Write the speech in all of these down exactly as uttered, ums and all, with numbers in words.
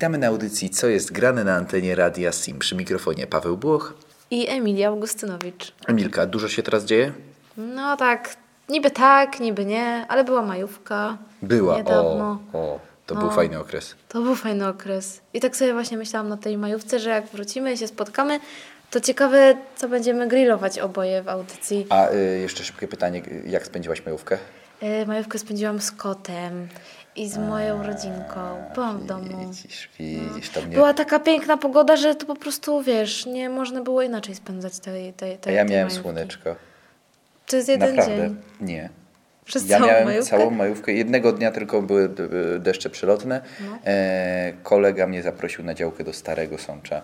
Witamy na audycji Co jest grane na antenie Radia Sim. Przy mikrofonie Paweł Błoch i Emilia Augustynowicz. Emilka, dużo się teraz dzieje? No tak, niby tak, niby nie, ale była majówka. Była, niedawno. o, o to no, był fajny okres. To był fajny okres. I tak sobie właśnie myślałam na tej majówce, że jak wrócimy i się spotkamy, to ciekawe, co będziemy grillować oboje w audycji. A y, jeszcze szybkie pytanie, jak spędziłaś majówkę? Y, majówkę spędziłam z kotem i z moją rodzinką. Byłam w domu. Widzisz, widzisz, to mnie... Była taka piękna pogoda, że to po prostu, wiesz, nie można było inaczej spędzać tej, tej, tej A ja tej miałem majówki. słoneczko. To jest jeden Naprawdę? dzień. Nie. Przez Ja całą miałem majówkę? całą majówkę. Jednego dnia tylko były deszcze przelotne. No. E, kolega mnie zaprosił na działkę do Starego Sącza.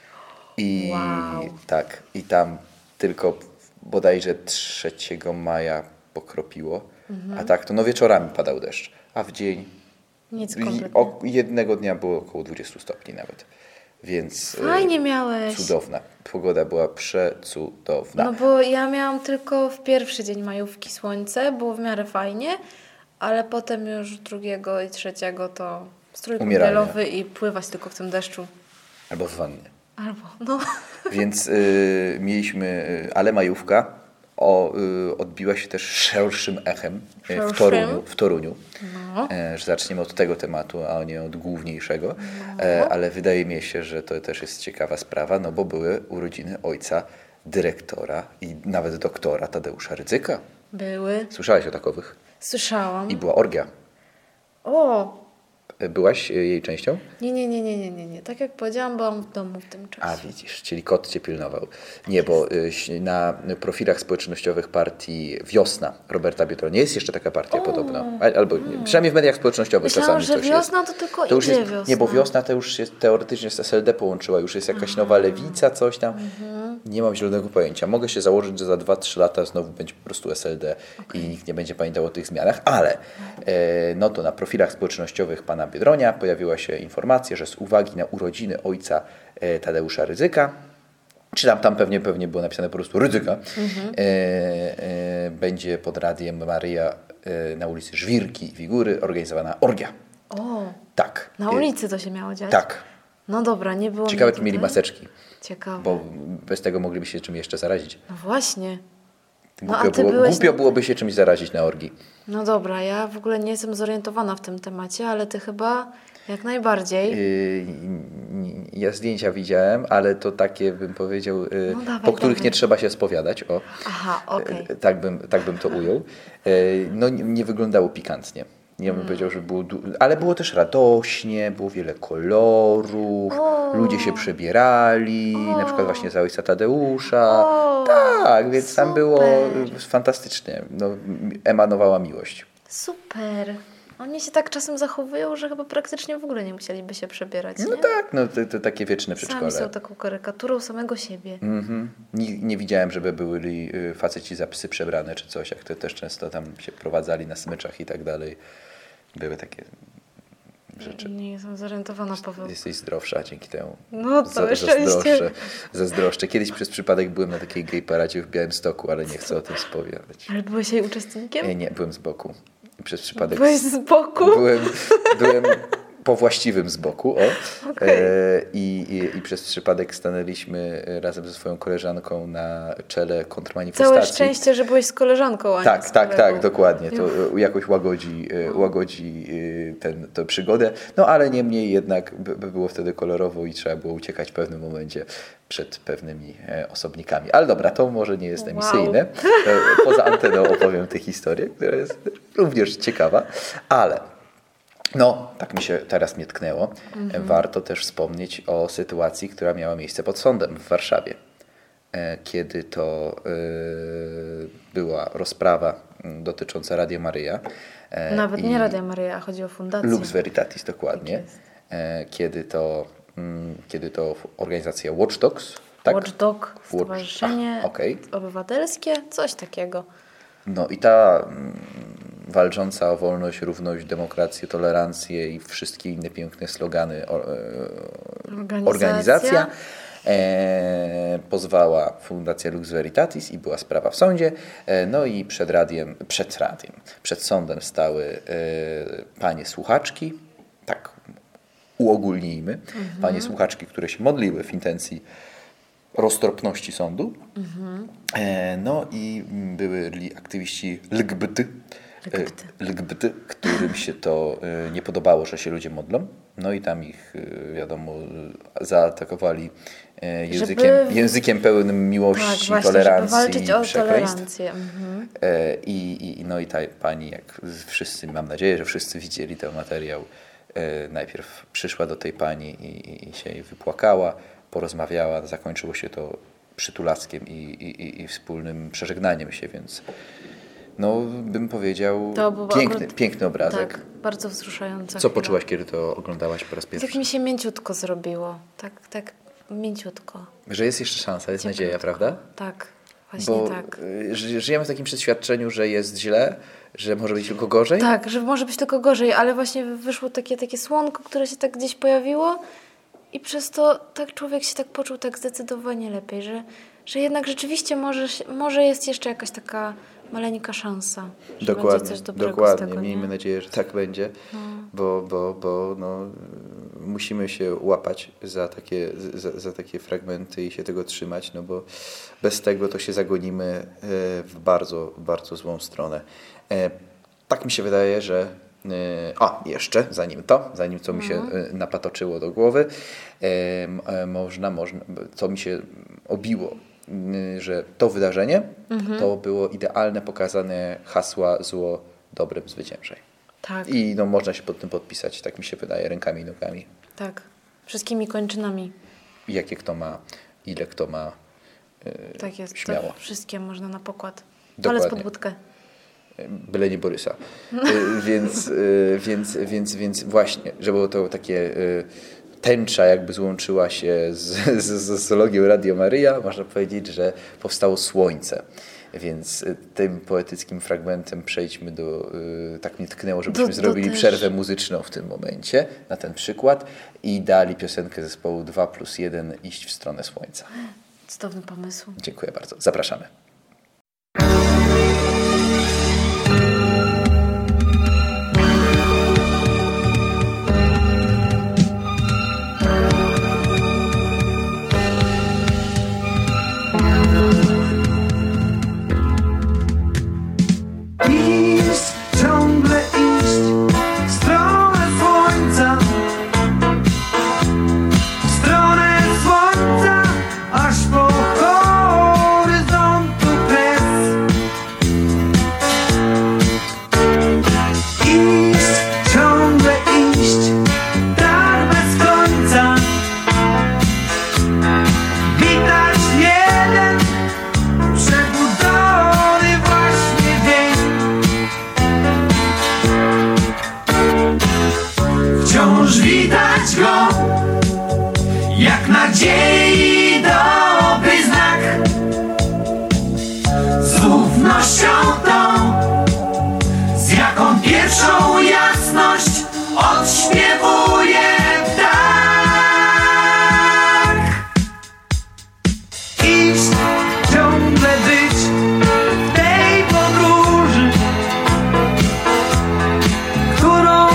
I Wow. tak, i tam tylko bodajże trzeciego maja pokropiło. Mhm. A tak to no wieczorami padał deszcz. A w dzień Nic i kompletnie. o, jednego dnia było około dwadzieścia stopni nawet. Więc Fajnie e, miałeś. cudowna. Pogoda była przecudowna. No bo ja miałam tylko w pierwszy dzień majówki słońce, było w miarę fajnie, ale potem już drugiego i trzeciego to strój Umieralnia. kąpielowy i pływać tylko w tym deszczu. Albo w wannie. Albo, no. Więc y, mieliśmy, y, ale majówka o, y, odbiła się też szerszym echem y, w Szerszym? Toruniu. W Toruniu. No. E, że zaczniemy od tego tematu, a nie od główniejszego. No. E, ale wydaje mi się, że to też jest ciekawa sprawa, no bo były urodziny ojca dyrektora i nawet doktora Tadeusza Rydzyka. Były. Słyszałeś o takowych? Słyszałam. I była orgia. O! E, Byłaś y, jej częścią? Nie, nie, nie, nie, nie, nie, nie. Tak jak powiedziałam, byłam w domu w tym czasie. A widzisz, czyli kot cię pilnował. Nie, bo y, na profilach społecznościowych partii Wiosna Roberta Biedronia jest jeszcze taka partia O, podobno. A- Albo nie, przynajmniej w mediach społecznościowych Myślałam, czasami że coś wiosna jest. to tylko To już idzie jest, wiosna. nie, bo Wiosna to już jest teoretycznie z S L D połączyła, już jest jakaś nowa lewica, coś tam. Mhm. Nie mam zielonego pojęcia. Mogę się założyć, że za dwa trzy lata znowu będzie po prostu S L D i nikt nie będzie pamiętał o tych zmianach, ale e, no to na profilach społecznościowych pana Biedronia pojawiła się informacja, że z uwagi na urodziny ojca e, Tadeusza Rydzyka, czy tam, tam pewnie, pewnie było napisane po prostu Rydzyka, Mhm. e, e, będzie pod Radiem Maryja e, na ulicy Żwirki i Figury organizowana orgia. O! Tak. Na E, ulicy to się miało dziać? Tak. No dobra, nie było Ciekawe, mnie czy mieli tutaj. maseczki, Ciekawe. bo bez tego mogliby się czym jeszcze zarazić. No właśnie. No, Głupio, a ty było, byłeś głupio na- byłoby się czymś zarazić na orgii. No dobra, ja w ogóle nie jestem zorientowana w tym temacie, ale ty chyba jak najbardziej. Yy, ja zdjęcia widziałem, ale to takie, bym powiedział, yy, No dawaj, po których dawaj. nie trzeba się spowiadać. O, Aha, okej. Yy, tak, bym, tak bym to ujął. Yy, no nie, nie wyglądało pikantnie. Ja Mm. bym powiedział, że było, du- ale było też radośnie, było wiele kolorów, O. ludzie się przebierali, na przykład właśnie za ojca Tadeusza. O, Tak, więc tam było super. y, fantastycznie. No, m- emanowała miłość. Super. Oni się tak czasem zachowują, że chyba praktycznie w ogóle nie musieliby się przebierać, No nie? tak, no to, to takie wieczne Sami przedszkole. są taką karykaturą samego siebie. Mhm. Nie, nie widziałem, żeby byli y, faceci za psy przebrane czy coś, jak to też często tam się prowadzali na smyczach i tak dalej. Były takie rzeczy. Nie jestem zorientowana, Paweł. Jesteś zdrowsza dzięki temu. No, całe szczęście. Zazdroszczę, zazdroszczę. Kiedyś przez przypadek byłem na takiej gay paradzie w Białymstoku, ale nie chcę o tym spowiadać. Ale byłeś jej uczestnikiem? Nie, nie, byłem z boku. I przez przypadek... Byłeś z boku? Byłem, byłem po właściwym z boku, o. Okej. E, i, i, I przez przypadek stanęliśmy razem ze swoją koleżanką na czele kontrmanifestacji. Całe szczęście, że byłeś z koleżanką, a nie Tak, z tak, kolegą. tak, dokładnie. To e, jakoś łagodzi, e, łagodzi e, ten, tę przygodę. No ale niemniej jednak by, by było wtedy kolorowo i trzeba było uciekać w pewnym momencie przed pewnymi e, osobnikami. Ale dobra, to może nie jest Wow. emisyjne. E, Poza anteną opowiem tę historię, która jest również ciekawa, ale no, tak mi się teraz mnie tknęło. Mhm. Warto też wspomnieć o sytuacji, która miała miejsce pod sądem w Warszawie. E, Kiedy to e, była rozprawa m, dotycząca Radia Maryja. e, Nawet i nie Radia Maryja, a chodzi o fundację. Lux Veritatis, dokładnie. Tak jest. E, Kiedy to, mm, kiedy to organizacja Watch Dogs, tak? Watchdog, Watch- Stowarzyszenie Ach, okej. Obywatelskie, coś takiego. No i ta mm, walcząca o wolność, równość, demokrację, tolerancję i wszystkie inne piękne slogany o, e, Organizacja. organizacja e, pozwała Fundacja Lux Veritatis i była sprawa w sądzie. E, no i przed radiem, przed radiem, przed sądem stały e, panie słuchaczki, tak uogólnijmy. Mhm. Panie słuchaczki, które się modliły w intencji roztropności sądu. Mhm. E, no i byli aktywiści L G B T, L G B T, którym się to e, nie podobało, że się ludzie modlą. No i tam ich, e, wiadomo, zaatakowali e, językiem, żeby... językiem pełnym miłości, tak, właśnie, tolerancji i przekleństw. Mhm. E, i, i, no i ta pani, jak wszyscy, mam nadzieję, że wszyscy widzieli ten materiał, e, najpierw przyszła do tej pani i, i się jej wypłakała, porozmawiała, zakończyło się to przytulaskiem i, i, i wspólnym przeżegnaniem się, więc no bym powiedział piękny, akurat, piękny obrazek. Tak, bardzo wzruszający. Co poczułaś, kiedy to oglądałaś po raz pierwszy? Tak mi się mięciutko zrobiło, tak, tak mięciutko. Że jest jeszcze szansa, jest Ciepłutko. Nadzieja, prawda? Tak, właśnie Bo tak. Żyjemy w takim przeświadczeniu, że jest źle, że może być tylko gorzej? Tak, że może być tylko gorzej, ale właśnie wyszło takie, takie słonko, które się tak gdzieś pojawiło. I przez to tak człowiek się tak poczuł tak zdecydowanie lepiej, że, że jednak rzeczywiście może, może jest jeszcze jakaś taka maleńka szansa, że dokładnie, będzie coś dobrego dokładnie. z tego. Miejmy nie? nadzieję, że tak będzie, no. bo, bo, bo no, musimy się łapać za takie, za, za takie fragmenty i się tego trzymać, no bo bez tego to się zagonimy w bardzo, bardzo złą stronę. Tak mi się wydaje, że A, jeszcze, zanim to, zanim co mi się mhm. napatoczyło do głowy, e, można, można, co mi się obiło, że to wydarzenie mhm. to było idealne pokazane hasła zło dobrem zwyciężaj. Tak. I no, można się pod tym podpisać, tak mi się wydaje, rękami i nogami. Tak, wszystkimi kończynami. Jakie kto ma, ile kto ma, e, tak jest, śmiało. To wszystkie można na pokład. Dokładnie. Palec pod budkę. Byle nie Borysa. więc, więc, więc, więc właśnie, że było to takie tęcza jakby złączyła się z, z, z zoologią Radio Maryja, można powiedzieć, że powstało słońce. Więc tym poetyckim fragmentem przejdźmy do, tak mnie tknęło, żebyśmy do, zrobili do przerwę muzyczną w tym momencie, na ten przykład i dali piosenkę zespołu dwa plus jeden Iść w stronę słońca. Cudowny pomysł. Dziękuję bardzo. Zapraszamy.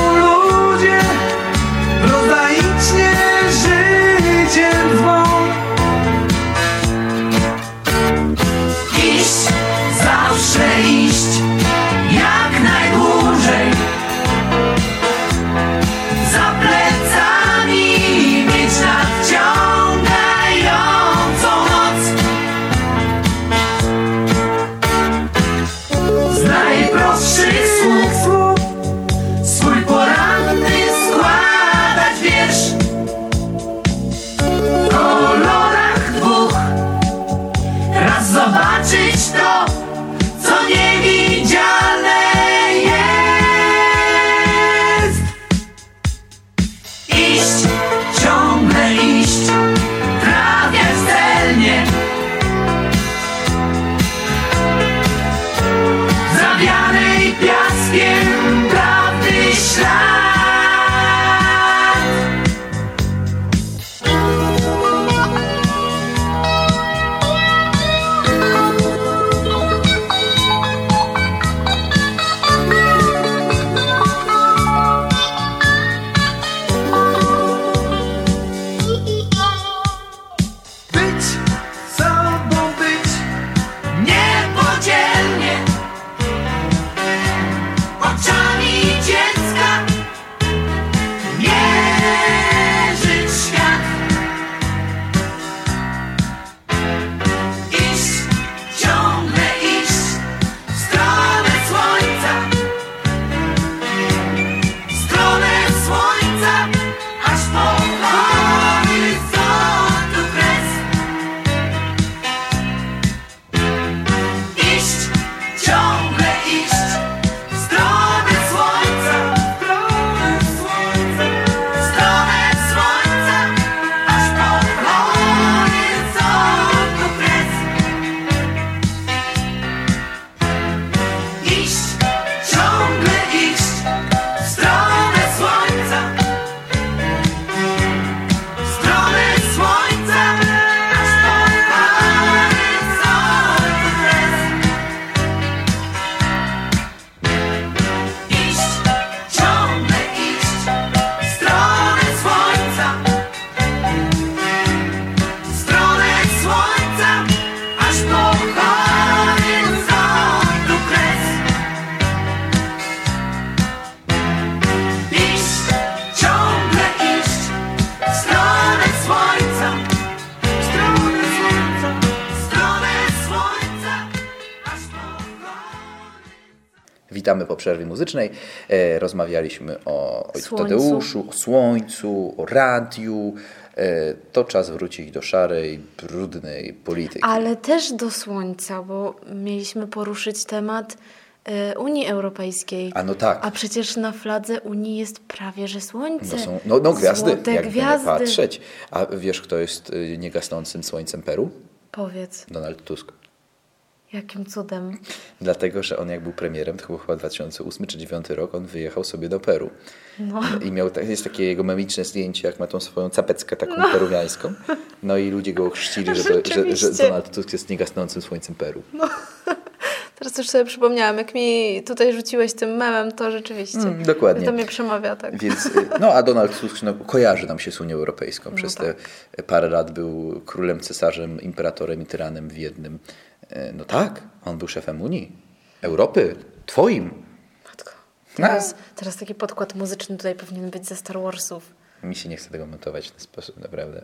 Prozaicznie życiem zwą Witamy po przerwie muzycznej. E, rozmawialiśmy o Ojcu Słońcu. Tadeuszu, o Słońcu, o radiu. E, to czas wrócić do szarej, brudnej polityki. Ale też do Słońca, bo mieliśmy poruszyć temat y, Unii Europejskiej. A no tak. A przecież na fladze Unii jest prawie że Słońce. No, są, no, no gwiazdy, Złote jakby gwiazdy. nie patrzeć. A wiesz, kto jest y, niegasnącym słońcem Peru? Powiedz, Donald Tusk. jakim cudem? Dlatego, że on jak był premierem, to był chyba dwa tysiące ósmy czy dwa tysiące dziewiąty rok, on wyjechał sobie do Peru. No. I miał, jest takie jego memiczne zdjęcie, jak ma tą swoją capeckę taką peruwiańską. No i ludzie go chrzcili, że, to, że, że Donald Tusk jest niegasnącym słońcem Peru. No. Teraz już sobie przypomniałam, jak mi tutaj rzuciłeś tym memem, to rzeczywiście. Mm, dokładnie. To mnie przemawia, tak. Więc, no a Donald Tusk no, kojarzy nam się z Unią Europejską. No Przez tak. te parę lat był królem, cesarzem, imperatorem i tyranem w jednym. No tak, on był szefem Unii. Europy. Twoim. Matko. Teraz, teraz taki podkład muzyczny tutaj powinien być ze Star Warsów. Mi się nie chce tego montować w ten sposób, naprawdę.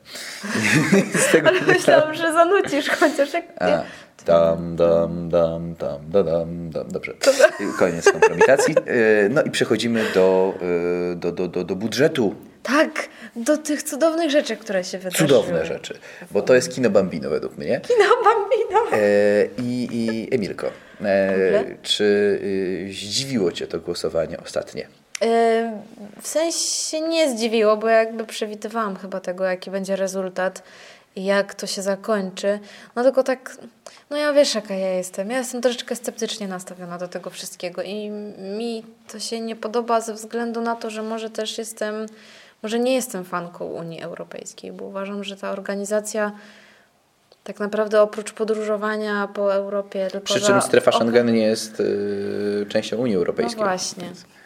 Z tego Ale myślałam, że zanucisz chociaż jak A, nie. dam, dam, dam, dam, da, dam, dam. Dobrze. Koniec kompromitacji. E, No i przechodzimy do, e, do, do, do, do budżetu. Tak, do tych cudownych rzeczy, które się wydarzyły. Cudowne rzeczy, bo to jest kino Bambino według mnie. Kino Bambino. E, I, i Emilko, e, czy y, zdziwiło Cię to głosowanie ostatnie? Yy, w sensie nie zdziwiło, bo jakby przewidywałam chyba tego, jaki będzie rezultat i jak to się zakończy. No tylko tak, no ja wiesz jaka ja jestem. Ja jestem troszeczkę sceptycznie nastawiona do tego wszystkiego i mi to się nie podoba ze względu na to, że może też jestem, może nie jestem fanką Unii Europejskiej, bo uważam, że ta organizacja tak naprawdę oprócz podróżowania po Europie... Tylko Przy czym za- strefa o- Schengen nie jest y, częścią Unii Europejskiej. No właśnie.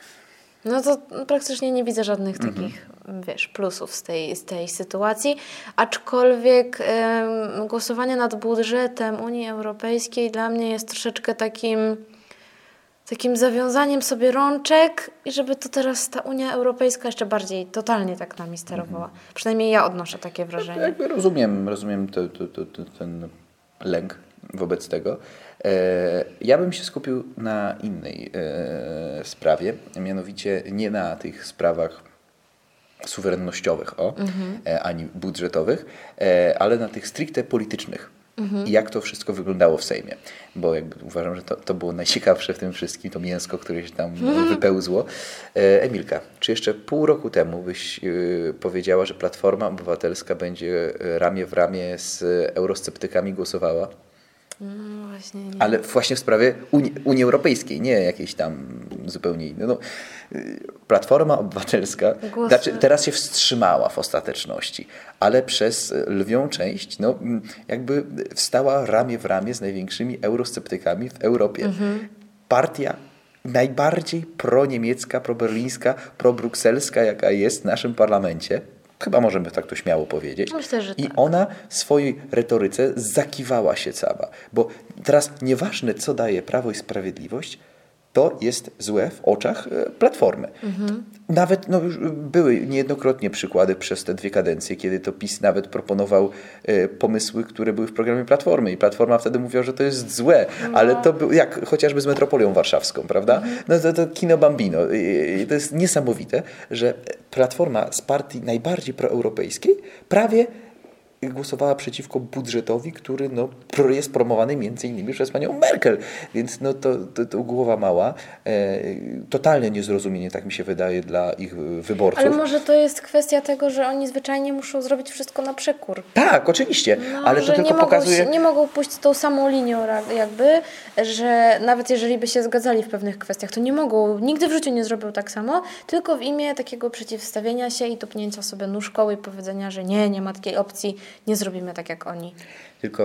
No to praktycznie nie widzę żadnych takich, wiesz, plusów z tej, z tej sytuacji. Aczkolwiek em, głosowanie nad budżetem Unii Europejskiej dla mnie jest troszeczkę takim, takim zawiązaniem sobie rączek i żeby to teraz ta Unia Europejska jeszcze bardziej totalnie tak nami sterowała. Przynajmniej ja odnoszę takie wrażenie. Jakby rozumiem, rozumiem to, to, to, to, ten lęk wobec tego. E, ja bym się skupił na innej e, sprawie, mianowicie nie na tych sprawach suwerennościowych o, Mhm. e, ani budżetowych, e, ale na tych stricte politycznych. I jak to wszystko wyglądało w Sejmie. Bo jakby uważam, że to, to było najciekawsze w tym wszystkim, to mięsko, które się tam wypełzło. E, Emilka, czy jeszcze pół roku temu byś e, powiedziała, że Platforma Obywatelska będzie ramię w ramię z eurosceptykami głosowała? No właśnie nie. Ale właśnie w sprawie Unii, Unii Europejskiej, nie jakiejś tam zupełnie innej. No, y, Platforma Obywatelska Głos- znaczy, teraz się wstrzymała w ostateczności, ale przez lwią część no, m, jakby wstała ramię w ramię z największymi eurosceptykami w Europie. Partia najbardziej proniemiecka, proberlińska, probrukselska, jaka jest w naszym parlamencie. Chyba możemy tak to śmiało powiedzieć. Myślę, że I tak. ona w swojej retoryce zakiwała się cała. Bo teraz nieważne, co daje Prawo i Sprawiedliwość, to jest złe w oczach e, Platformy. Nawet no, już były niejednokrotnie przykłady przez te dwie kadencje, kiedy to PiS nawet proponował e, pomysły, które były w programie Platformy i Platforma wtedy mówiła, że to jest złe, ale to był jak chociażby z metropolią warszawską, prawda? No to, to kino Bambino. I, i to jest niesamowite, że Platforma z partii najbardziej proeuropejskiej prawie głosowała przeciwko budżetowi, który no, pro- jest promowany między innymi przez panią Merkel. Więc no, to, to, to głowa mała. E, totalne niezrozumienie, tak mi się wydaje, dla ich wyborców. Ale może to jest kwestia tego, że oni zwyczajnie muszą zrobić wszystko na przekór. Tak, oczywiście, No, ale to że tylko nie mogą, pokazuje... się- nie mogą pójść tą samą linią ra- jakby, że nawet jeżeli by się zgadzali w pewnych kwestiach, to nie mogą, nigdy w życiu nie zrobią tak samo, tylko w imię takiego przeciwstawienia się i tupnięcia sobie nóżką i powiedzenia, że nie, nie ma takiej opcji, nie zrobimy tak jak oni. Tylko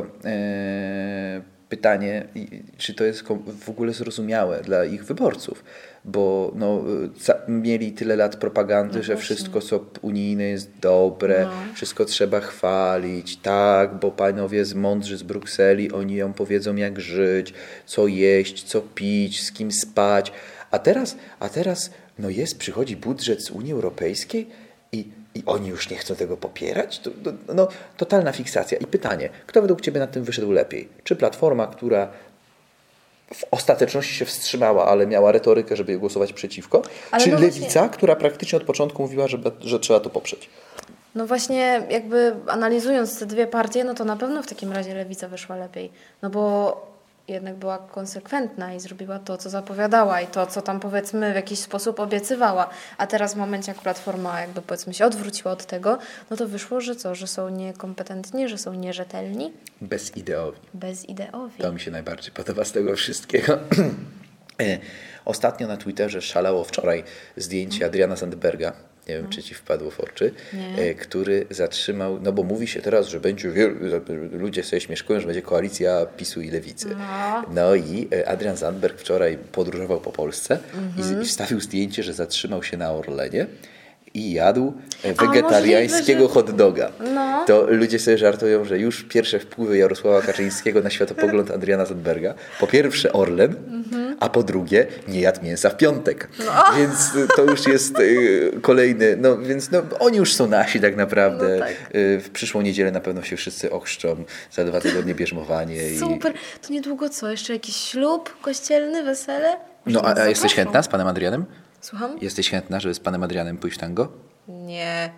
e, pytanie, i- czy to jest kom- w ogóle zrozumiałe dla ich wyborców, bo no, ca- mieli tyle lat propagandy, No że właśnie. wszystko co unijne jest dobre, No. wszystko trzeba chwalić, tak, bo panowie z mądrzy z Brukseli, oni ją powiedzą jak żyć, co jeść, co pić, z kim spać, a teraz, a teraz no jest, przychodzi budżet z Unii Europejskiej i I oni już nie chcą tego popierać? To, to, no, totalna fiksacja. I pytanie, kto według Ciebie na tym wyszedł lepiej? Czy Platforma, która w ostateczności się wstrzymała, ale miała retorykę, żeby głosować przeciwko, Ale czy no Lewica, właśnie- która praktycznie od początku mówiła, że, że trzeba to poprzeć? No właśnie jakby analizując te dwie partie, no to na pewno w takim razie Lewica wyszła lepiej. No bo jednak była konsekwentna i zrobiła to, co zapowiadała i to, co tam powiedzmy w jakiś sposób obiecywała. A teraz w momencie, jak Platforma jakby powiedzmy się odwróciła od tego, no to wyszło, że co, że są niekompetentni, że są nierzetelni, Bezideowni. bezideowi. To mi się najbardziej podoba z tego wszystkiego. E, Ostatnio na Twitterze szalało wczoraj zdjęcie Adriana Zandberga, nie wiem, czy ci wpadło w oczy, Nie. e, który zatrzymał, no bo mówi się teraz, że będzie, wielu, ludzie sobie śmieszkują, że będzie koalicja PiSu i Lewicy. No. No i e, Adrian Zandberg wczoraj podróżował po Polsce i, z- i wstawił zdjęcie, że zatrzymał się na Orlenie i jadł e, wegetariańskiego możliwe, że- hot doga. No. To ludzie sobie żartują, że już pierwsze wpływy Jarosława Kaczyńskiego na światopogląd Adriana Zandberga, po pierwsze Orlen, a po drugie nie jadł mięsa w piątek. Więc y, to już jest y, kolejny, no więc no, oni już są nasi tak naprawdę. No tak. Y, w przyszłą niedzielę na pewno się wszyscy ochrzczą, za dwa tygodnie bierzmowanie. Super. To niedługo co? Jeszcze jakiś ślub kościelny, wesele? I... Może No a, nas a jesteś zaproszą? chętna z panem Adrianem? Słucham? Jesteś chętna, żeby z panem Adrianem pójść w tango? Nie.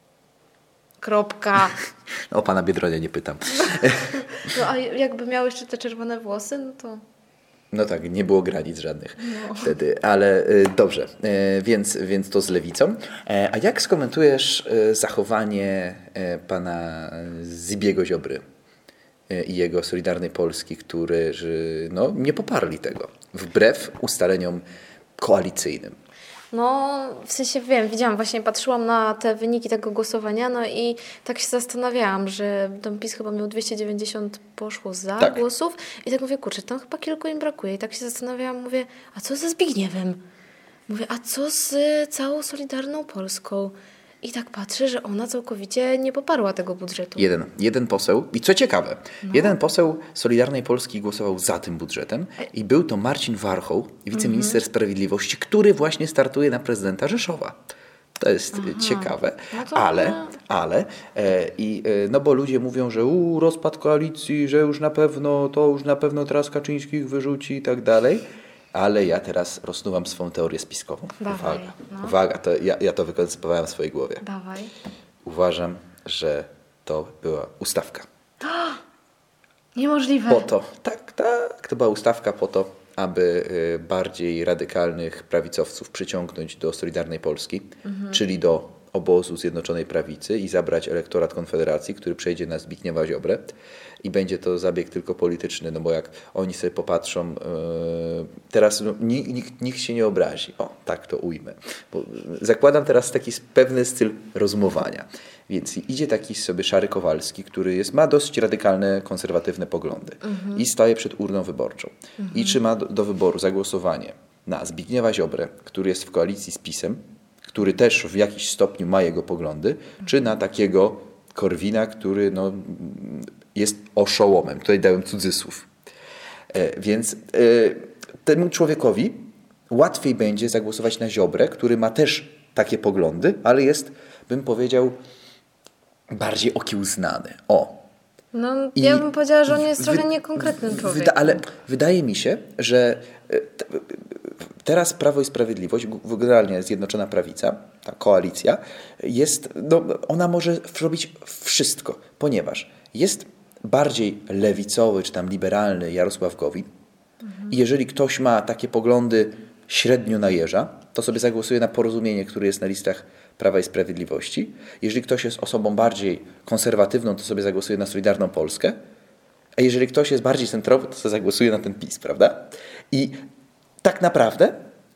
Kropka. O pana Biedronia nie pytam. No a jakby miał jeszcze te czerwone włosy, no to... No tak, nie było granic żadnych wtedy, ale y, dobrze, y, więc, więc to z Lewicą. E, a jak skomentujesz y, zachowanie y, pana Zibiego Ziobry y, i jego Solidarnej Polski, którzy no, nie poparli tego, wbrew ustaleniom koalicyjnym? No, w sensie wiem, widziałam, właśnie patrzyłam na te wyniki tego głosowania, no i tak się zastanawiałam, że ten PiS chyba miał dwieście dziewięćdziesiąt poszło za Tak. głosów i tak mówię, kurczę, tam chyba kilku im brakuje i tak się zastanawiałam, mówię, a co ze Zbigniewem? Mówię, a co z y, całą Solidarną Polską? I tak patrzę, że ona całkowicie nie poparła tego budżetu. Jeden, jeden poseł, i co ciekawe, jeden poseł Solidarnej Polski głosował za tym budżetem i był to Marcin Warchoł, wiceminister sprawiedliwości, który właśnie startuje na prezydenta Rzeszowa. To jest e, ciekawe, No to- ale, ale e, i, e, no bo ludzie mówią, że u, rozpad koalicji, że już na pewno, to już na pewno teraz Kaczyńskich wyrzuci i tak dalej. Ale ja teraz rozsnuwam swą teorię spiskową. Dawaj, Uwaga, no. uwaga to ja, ja to wykoncypowałem w swojej głowie. Dawaj. Uważam, że to była ustawka. Niemożliwe. Po to, tak, tak, to była ustawka po to, aby y, bardziej radykalnych prawicowców przyciągnąć do Solidarnej Polski, czyli do obozu Zjednoczonej Prawicy i zabrać elektorat Konfederacji, który przejdzie na Zbigniewa Ziobrę i będzie to zabieg tylko polityczny, no bo jak oni sobie popatrzą, yy, teraz no, nikt, nikt, nikt się nie obrazi, o tak to ujmę, bo zakładam teraz taki pewny styl rozumowania, więc idzie taki sobie Szary Kowalski, który jest, ma dosyć radykalne, konserwatywne poglądy i staje przed urną wyborczą i czy ma do, do wyboru zagłosowanie na Zbigniewa Ziobrę, który jest w koalicji z PiS-em, który też w jakiś stopniu ma jego poglądy, czy na takiego Korwina, który no, jest oszołomem. Tutaj dałem cudzysłów. E, więc e, temu człowiekowi łatwiej będzie zagłosować na Ziobrę, który ma też takie poglądy, ale jest, bym powiedział, bardziej okiełznany. O, No, I ja bym powiedziała, że on jest wy- trochę niekonkretnym człowiekiem. Wyda, ale wydaje mi się, że e, t- teraz Prawo i Sprawiedliwość, g- generalnie Zjednoczona Prawica, ta koalicja, jest, no, ona może zrobić wszystko, ponieważ jest bardziej lewicowy czy tam liberalny Jarosław Gowin i jeżeli ktoś ma takie poglądy średnio na jeża, to sobie zagłosuje na Porozumienie, które jest na listach Prawa i Sprawiedliwości. Jeżeli ktoś jest osobą bardziej konserwatywną, to sobie zagłosuje na Solidarną Polskę. A jeżeli ktoś jest bardziej centrowy, to sobie zagłosuje na ten PiS, prawda? I tak naprawdę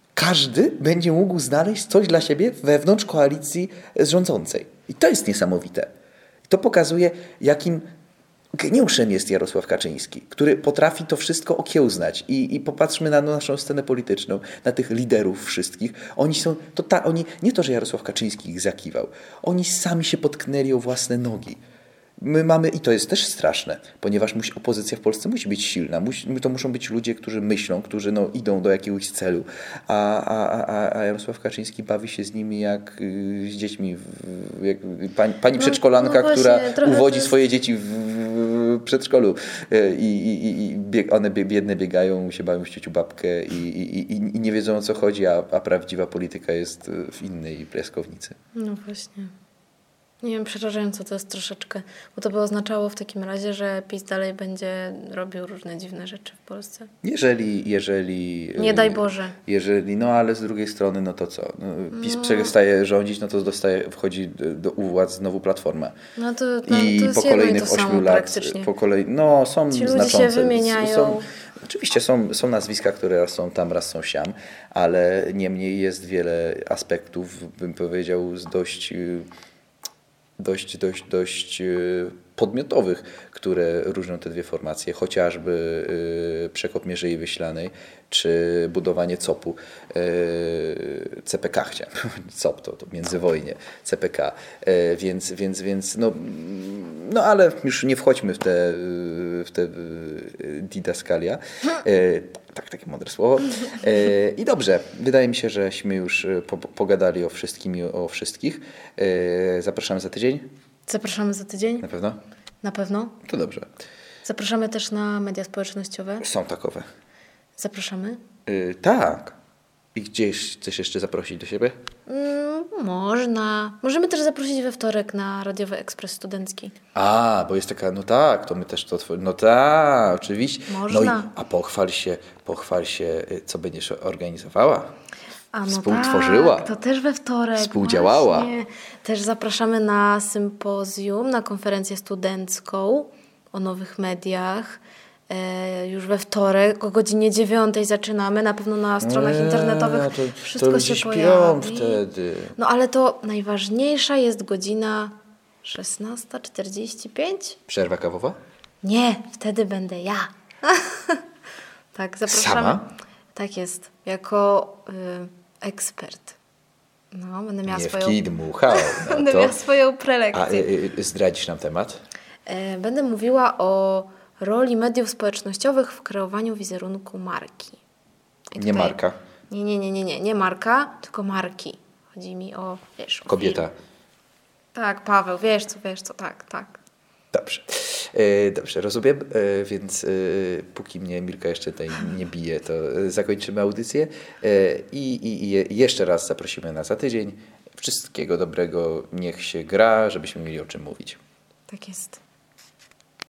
każdy będzie mógł znaleźć coś dla siebie wewnątrz koalicji rządzącej. I to jest niesamowite. To pokazuje, jakim geniuszem jest Jarosław Kaczyński, który potrafi to wszystko okiełznać. I, i popatrzmy na naszą scenę polityczną, na tych liderów wszystkich. Oni są, to ta, oni, nie to, że Jarosław Kaczyński ich zakiwał, oni sami się potknęli o własne nogi. My mamy, i to jest też straszne, ponieważ musi, opozycja w Polsce musi być silna. Musi, to muszą być ludzie, którzy myślą, którzy no, idą do jakiegoś celu. A, a, a, a Jarosław Kaczyński bawi się z nimi jak y, z dziećmi. W, jak, pani pani No, przedszkolanka, no właśnie, która trochę uwodzi to jest- swoje dzieci w, w w przedszkolu i, i, i bieg, one biedne biegają, się bawią w ciociu babkę i, i, i nie wiedzą, o co chodzi, a, a prawdziwa polityka jest w innej piaskownicy. No właśnie. Nie wiem, przerażająco to jest troszeczkę, bo to by oznaczało w takim razie, że PiS dalej będzie robił różne dziwne rzeczy w Polsce. Jeżeli, jeżeli... Nie daj Boże. Jeżeli, no ale z drugiej strony, no to co? No, PiS no. przestaje rządzić, no to dostaje, wchodzi do u władz znowu Platforma. No to, no, I to jest po kolejnych ośmiu ośmiu lat, po kolei, no są Ci znaczące. ludzie się wymieniają. Są, oczywiście są, są nazwiska, które raz są tam, raz są siam, ale niemniej jest wiele aspektów, bym powiedział, z dość... dość, dość, dość podmiotowych, które różnią te dwie formacje, chociażby przekop Mierzei Wiślanej, czy budowanie C O P-u, C P K chciałem, C O P to, to międzywojnie, C P K, więc, więc, więc no, no ale już nie wchodźmy w te, w te didaskalia. Tak, takie mądre słowo. I dobrze, wydaje mi się, żeśmy już po, pogadali o wszystkim i o wszystkich. Zapraszamy za tydzień? Zapraszamy za tydzień? Na pewno? Na pewno. To dobrze. Zapraszamy też na media społecznościowe? Są takowe. Zapraszamy? Yy, tak. I gdzieś chcesz jeszcze zaprosić do siebie? Mm, można. Możemy też zaprosić we wtorek na Radiowy Ekspres Studencki. A, bo jest taka, no tak, to my też to otworzymy. No tak, oczywiście. Można. No i, a pochwal się, pochwal się, co będziesz organizowała. A no Współtworzyła. Tak, to też we wtorek. Współdziałała. Właśnie. Też zapraszamy na sympozjum, na konferencję studencką o nowych mediach. E, już we wtorek o godzinie dziewiątej zaczynamy. Na pewno na stronach eee, internetowych to, wszystko to się śpią pojawi. wtedy. No ale to najważniejsza jest godzina szesnasta czterdzieści pięć? Przerwa kawowa? Nie, wtedy będę ja. Tak, zapraszamy. Sama? Tak jest, jako y, ekspert. No, będę miała Nie swoją... w kij dmuchał. No będę to... miała swoją prelekcję. A y, y, zdradzisz nam temat? E, będę mówiła o roli mediów społecznościowych w kreowaniu wizerunku marki. I Nie tutaj... marka. Nie, nie, nie, nie, nie, nie marka, tylko marki. Chodzi mi o, wiesz, o Kobieta. film. Tak, Paweł, wiesz co, wiesz co, tak, tak. Dobrze. E, dobrze, rozumiem, e, więc e, póki mnie Mirka jeszcze tutaj nie bije, to e, zakończymy audycję e, i, i, i jeszcze raz zaprosimy nas za tydzień. Wszystkiego dobrego, niech się gra, żebyśmy mieli o czym mówić. Tak jest.